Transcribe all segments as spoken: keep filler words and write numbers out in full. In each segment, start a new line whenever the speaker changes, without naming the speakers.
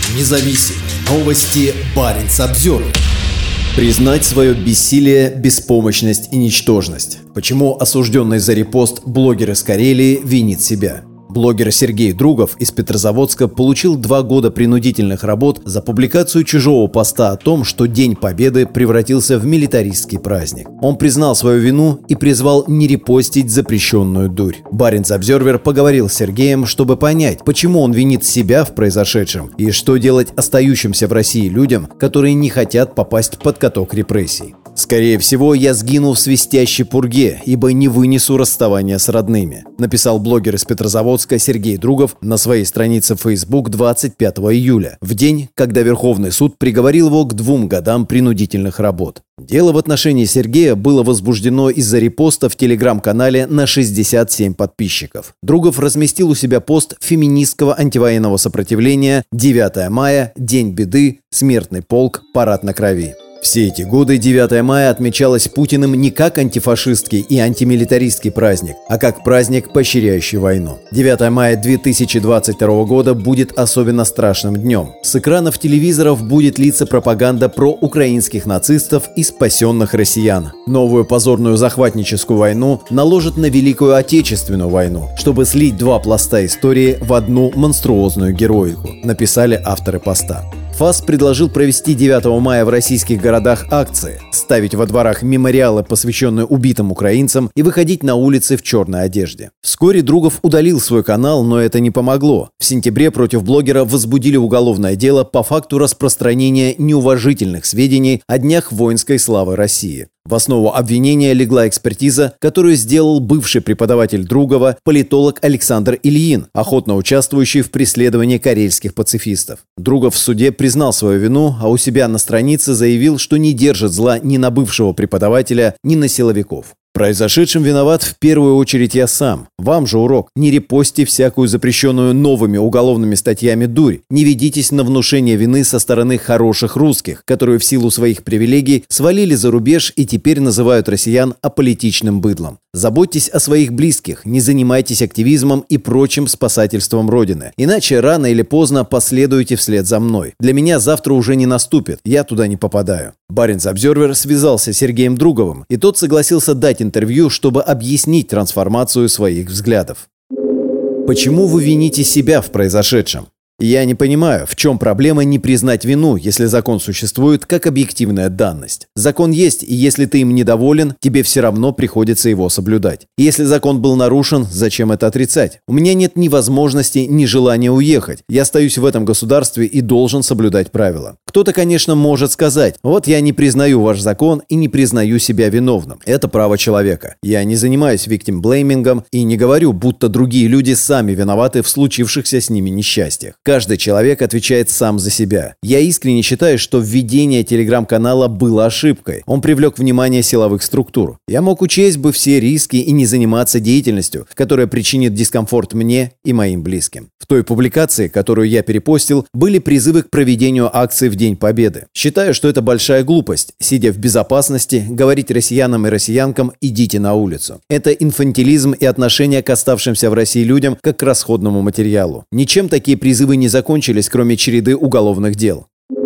Независимые новости. Баренц-Обзервер.
Признать свое бессилие, беспомощность и ничтожность. Почему осужденный за репост блогер из Карелии винит себя? Блогер Сергей Другов из Петрозаводска получил два года принудительных работ за публикацию чужого поста о том, что День Победы превратился в милитаристский праздник. Он признал свою вину и призвал не репостить запрещенную дурь. Баренц-Обзервер поговорил с Сергеем, чтобы понять, почему он винит себя в произошедшем и что делать остающимся в России людям, которые не хотят попасть под каток репрессий. «Скорее всего, я сгину в свистящей пурге, ибо не вынесу расставания с родными», написал блогер из Петрозаводска Сергей Другов на своей странице в Facebook двадцать пятого июля, в день, когда Верховный суд приговорил его к двум годам принудительных работ. Дело в отношении Сергея было возбуждено из-за репоста в телеграм-канале на шестьдесят семь подписчиков. Другов разместил у себя пост феминистского антивоенного сопротивления «девятое мая, День беды, смертный полк, парад на крови». Все эти годы девятое мая отмечалось Путиным не как антифашистский и антимилитаристский праздник, а как праздник, поощряющий войну. девятое мая две тысячи двадцать второго года будет особенно страшным днем. С экранов телевизоров будет литься пропаганда про украинских нацистов и спасенных россиян. Новую позорную захватническую войну наложат на Великую Отечественную войну, чтобы слить два пласта истории в одну монструозную героику, написали авторы поста. ФАС предложил провести девятого мая в российских городах акции, ставить во дворах мемориалы, посвященные убитым украинцам, и выходить на улицы в черной одежде. Вскоре Другов удалил свой канал, но это не помогло. В сентябре против блогера возбудили уголовное дело по факту распространения неуважительных сведений о днях воинской славы России. В основу обвинения легла экспертиза, которую сделал бывший преподаватель Другова, политолог Александр Ильин, охотно участвующий в преследовании карельских пацифистов. Другов в суде признал свою вину, а у себя на странице заявил, что не держит зла ни на бывшего преподавателя, ни на силовиков. «Произошедшим виноват в первую очередь я сам. Вам же урок. Не репостите всякую запрещенную новыми уголовными статьями дурь. Не ведитесь на внушение вины со стороны хороших русских, которые в силу своих привилегий свалили за рубеж и теперь называют россиян аполитичным быдлом. Заботьтесь о своих близких, не занимайтесь активизмом и прочим спасательством Родины. Иначе рано или поздно последуйте вслед за мной. Для меня завтра уже не наступит, я туда не попадаю». Баренц-Обзервер связался с Сергеем Друговым, и тот согласился дать интервью, чтобы объяснить трансформацию своих взглядов. Почему вы вините себя в произошедшем? Я не понимаю, в чем проблема не признать вину, если закон существует как объективная данность. Закон есть, и если ты им недоволен, тебе все равно приходится его соблюдать. И если закон был нарушен, зачем это отрицать? У меня нет ни возможности, ни желания уехать. Я остаюсь в этом государстве и должен соблюдать правила. Кто-то, конечно, может сказать: вот я не признаю ваш закон и не признаю себя виновным. Это право человека. Я не занимаюсь виктим-блеймингом и не говорю, будто другие люди сами виноваты в случившихся с ними несчастьях. Каждый человек отвечает сам за себя. Я искренне считаю, что введение телеграм-канала было ошибкой. Он привлек внимание силовых структур. Я мог учесть бы все риски и не заниматься деятельностью, которая причинит дискомфорт мне и моим близким. В той публикации, которую я перепостил, были призывы к проведению акции в День Победы. Считаю, что это большая глупость, сидя в безопасности, говорить россиянам и россиянкам «идите на улицу». Это инфантилизм и отношение к оставшимся в России людям как к расходному материалу. Ничем такие призывы не закончились, кроме череды уголовных дел.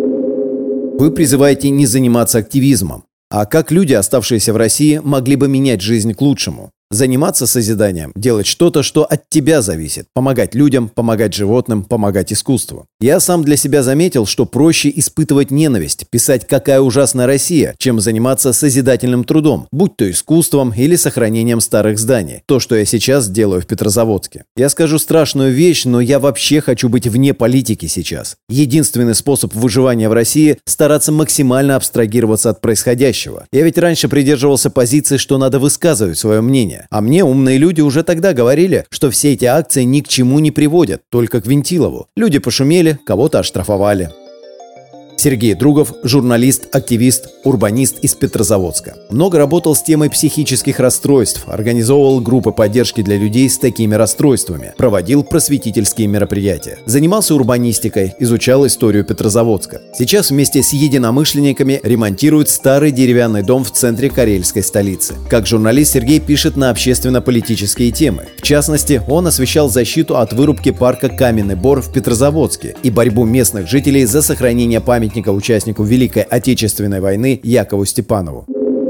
Вы призываете не заниматься активизмом. А как люди, оставшиеся в России, могли бы менять жизнь к лучшему? Заниматься созиданием, делать что-то, что от тебя зависит. Помогать людям, помогать животным, помогать искусству. Я сам для себя заметил, что проще испытывать ненависть, писать «какая ужасная Россия», чем заниматься созидательным трудом, будь то искусством или сохранением старых зданий. То, что я сейчас делаю в Петрозаводске. Я скажу страшную вещь, но я вообще хочу быть вне политики сейчас. Единственный способ выживания в России – стараться максимально абстрагироваться от происходящего. Я ведь раньше придерживался позиции, что надо высказывать свое мнение. А мне умные люди уже тогда говорили, что все эти акции ни к чему не приводят, только к Вентилову. Люди пошумели, кого-то оштрафовали. Сергей Другов – журналист, активист, урбанист из Петрозаводска. Много работал с темой психических расстройств, организовывал группы поддержки для людей с такими расстройствами, проводил просветительские мероприятия. Занимался урбанистикой, изучал историю Петрозаводска. Сейчас вместе с единомышленниками ремонтирует старый деревянный дом в центре карельской столицы. Как журналист Сергей пишет на общественно-политические темы. В частности, он освещал защиту от вырубки парка «Каменный Бор» в Петрозаводске и борьбу местных жителей за сохранение памятника участнику Великой Отечественной войны Якову Степанову.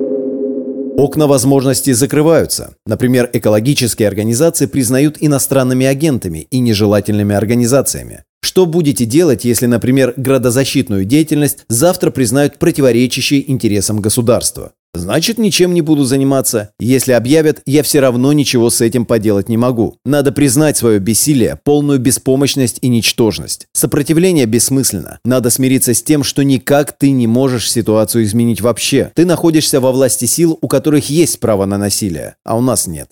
Окна возможностей закрываются. Например, экологические организации признают иностранными агентами и нежелательными организациями. Что будете делать, если, например, градозащитную деятельность завтра признают противоречащей интересам государства? Значит, ничем не буду заниматься. Если объявят, я все равно ничего с этим поделать не могу. Надо признать свое бессилие, полную беспомощность и ничтожность. Сопротивление бессмысленно. Надо смириться с тем, что никак ты не можешь ситуацию изменить вообще. Ты находишься во власти сил, у которых есть право на насилие, а у нас нет.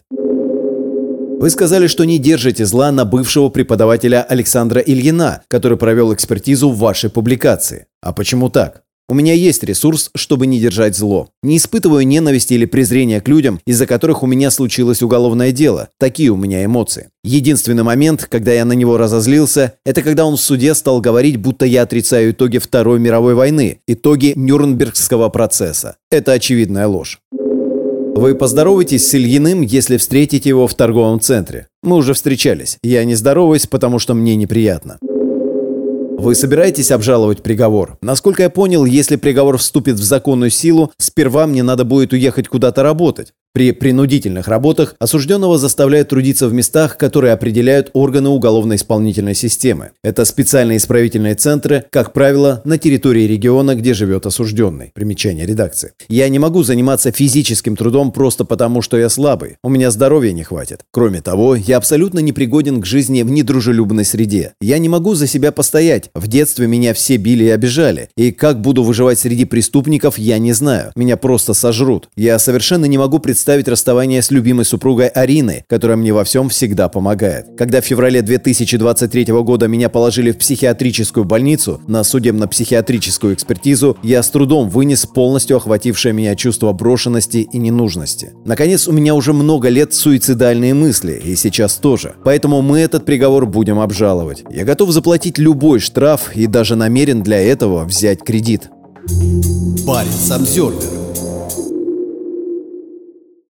Вы сказали, что не держите зла на бывшего преподавателя Александра Ильина, который провел экспертизу в вашей публикации. А почему так? У меня есть ресурс, чтобы не держать зло. Не испытываю ненависти или презрения к людям, из-за которых у меня случилось уголовное дело. Такие у меня эмоции. Единственный момент, когда я на него разозлился, это когда он в суде стал говорить, будто я отрицаю итоги Второй мировой войны, итоги Нюрнбергского процесса. Это очевидная ложь. Вы поздороваетесь с Ильиным, если встретите его в торговом центре. Мы уже встречались. Я не здороваюсь, потому что мне неприятно. Вы собираетесь обжаловать приговор? Насколько я понял, если приговор вступит в законную силу, сперва мне надо будет уехать куда-то работать. При принудительных работах осужденного заставляют трудиться в местах, которые определяют органы уголовно-исполнительной системы. Это специальные исправительные центры, как правило, на территории региона, где живет осужденный. Примечание редакции. Я не могу заниматься физическим трудом просто потому, что я слабый. У меня здоровья не хватит. Кроме того, я абсолютно непригоден к жизни в недружелюбной среде. Я не могу за себя постоять. В детстве меня все били и обижали. И как буду выживать среди преступников, я не знаю. Меня просто сожрут. Я совершенно не могу представить Представить расставание с любимой супругой Ариной, которая мне во всем всегда помогает. Когда в феврале две тысячи двадцать третьего года меня положили в психиатрическую больницу на судебно-психиатрическую экспертизу, я с трудом вынес полностью охватившее меня чувство брошенности и ненужности. Наконец, у меня уже много лет суицидальные мысли, и сейчас тоже. Поэтому мы этот приговор будем обжаловать. Я готов заплатить любой штраф и даже намерен для этого взять кредит.
Баренц Обзервер.